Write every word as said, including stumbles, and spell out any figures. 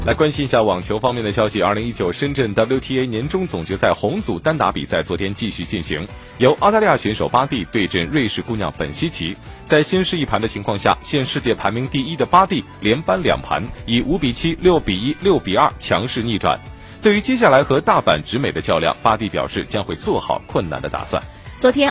来关心一下网球方面的消息。二零一九深圳 W T A 年终总决赛红组单打比赛昨天继续进行，由澳大利亚选手巴蒂对阵瑞士姑娘本希奇。在先失一盘的情况下，现世界排名第一的巴蒂连扳两盘，以五比七、六比一、六比二强势逆转。对于接下来和大阪直美的较量，巴蒂表示将会做好困难的打算。 昨天